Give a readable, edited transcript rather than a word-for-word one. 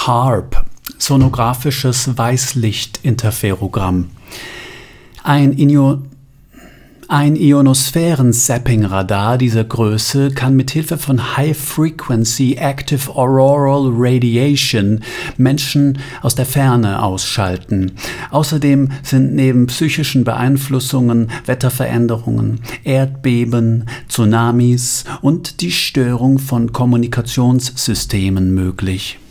HAARP, sonografisches Weißlichtinterferogramm. Ein Ionosphären-Zapping-Radar dieser Größe kann mithilfe von High-Frequency Active Auroral Radiation Menschen aus der Ferne ausschalten. Außerdem sind neben psychischen Beeinflussungen Wetterveränderungen, Erdbeben, Tsunamis und die Störung von Kommunikationssystemen möglich.